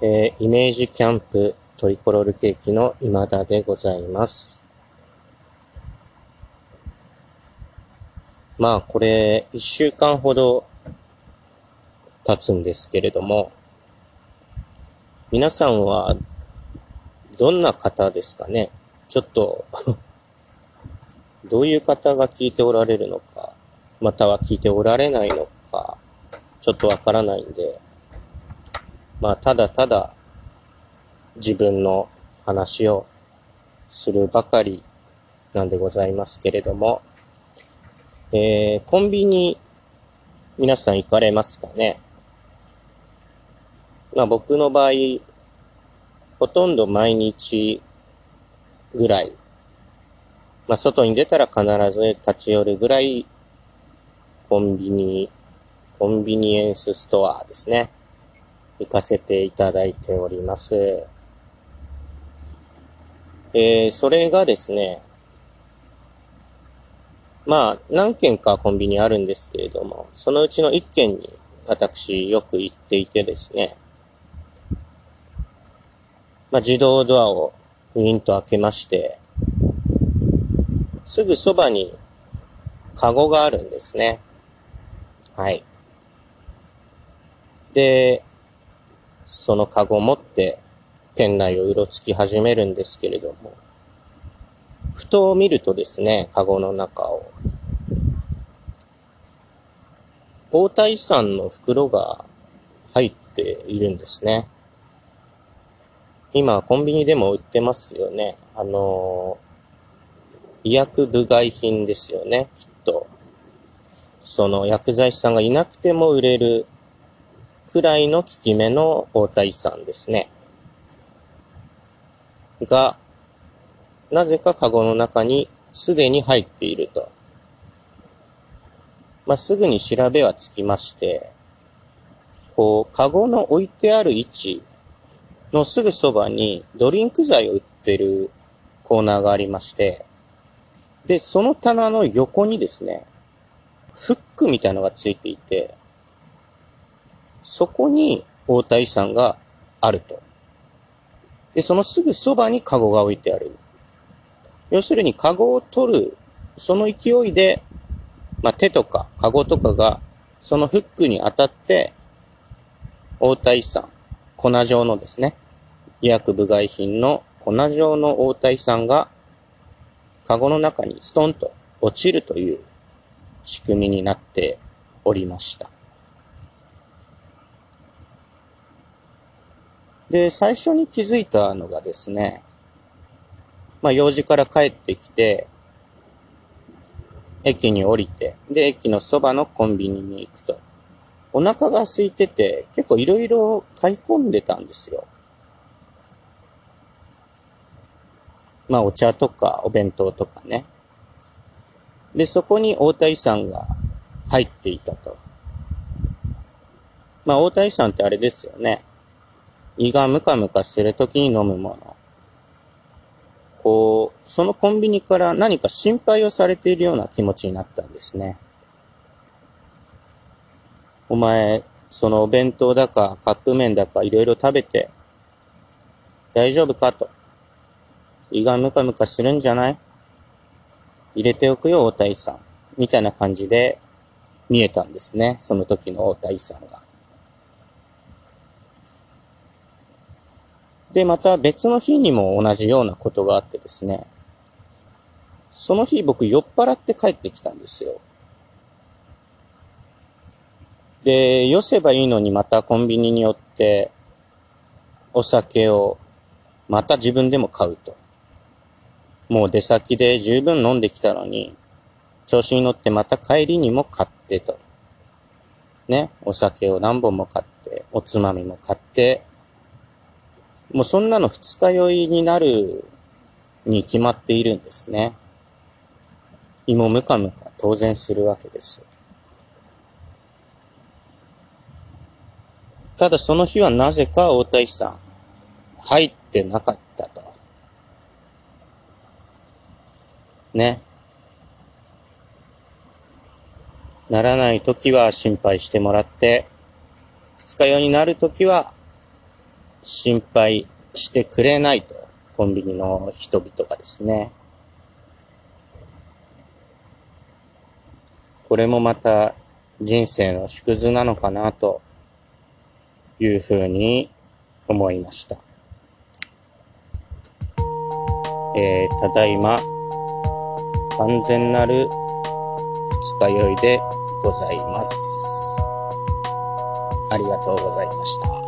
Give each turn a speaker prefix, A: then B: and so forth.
A: イメージキャンプトリコロールケーキの今田でございます。まあこれ1週間ほど経つんですけれども、皆さんはどんな方ですかね。ちょっとどういう方が聞いておられるのか、または聞いておられないのか、ちょっとわからないんで、まあただただ自分の話をするばかりなんでございますけれども、コンビニ皆さん行かれますかね。まあ僕の場合、ほとんど毎日ぐらい、まあ外に出たら必ず立ち寄るぐらいコンビニエンスストアですね。行かせていただいております。それがですね、まあ何軒かコンビニあるんですけれども、そのうちの1軒に私よく行っていてですね、まあ自動ドアをウィンと開けまして、すぐそばにカゴがあるんですね。はい。で、そのカゴを持って店内をうろつき始めるんですけれども、ふと見るとですね、カゴの中を、大田遺産の袋が入っているんですね。今コンビニでも売ってますよね。医薬部外品ですよね、きっと。その薬剤師さんがいなくても売れるくらいの効き目の大田遺産ですね。が、なぜかカゴの中にすでに入っていると。まあ、すぐに調べはつきまして、カゴの置いてある位置のすぐそばにドリンク剤を売ってるコーナーがありまして、で、その棚の横にですね、フックみたいなのがついていて、そこに大田遺産があると。で、そのすぐそばにカゴが置いてある。要するにカゴを取る、その勢いで、まあ、手とかカゴとかがそのフックに当たって、大田遺産、粉状のですね、医薬部外品の粉状の大田遺産がカゴの中にストンと落ちるという仕組みになっておりました。で、最初に気づいたのがですね、まあ用事から帰ってきて、駅に降りて、で、駅のそばのコンビニに行くと。お腹が空いてて、結構いろいろ買い込んでたんですよ。まあお茶とかお弁当とかね。で、そこに大田遺産が入っていたと。まあ大田遺産ってあれですよね。胃がムカムカするときに飲むもの。そのコンビニから何か心配をされているような気持ちになったんですね。お前、そのお弁当だかカップ麺だかいろいろ食べて大丈夫かと。胃がムカムカするんじゃない？入れておくよ、大田遺産。みたいな感じで見えたんですね。その時の大田遺産が。で、また別の日にも同じようなことがあってですね。その日僕酔っ払って帰ってきたんですよ。で、よせばいいのにまたコンビニに寄ってお酒をまた自分でも買うと。もう出先で十分飲んできたのに、調子に乗ってまた帰りにも買ってと。ね、お酒を何本も買って、おつまみも買って、もうそんなの二日酔いになるに決まっているんですね。胃もムカムカ当然するわけです。ただその日はなぜか大田遺産入ってなかったと。ね。ならないときは心配してもらって、二日酔いになるときは心配してくれないと、コンビニの人々がですね。これもまた人生の縮図なのかなというふうに思いました。ただいま完全なる二日酔いでございます。ありがとうございました。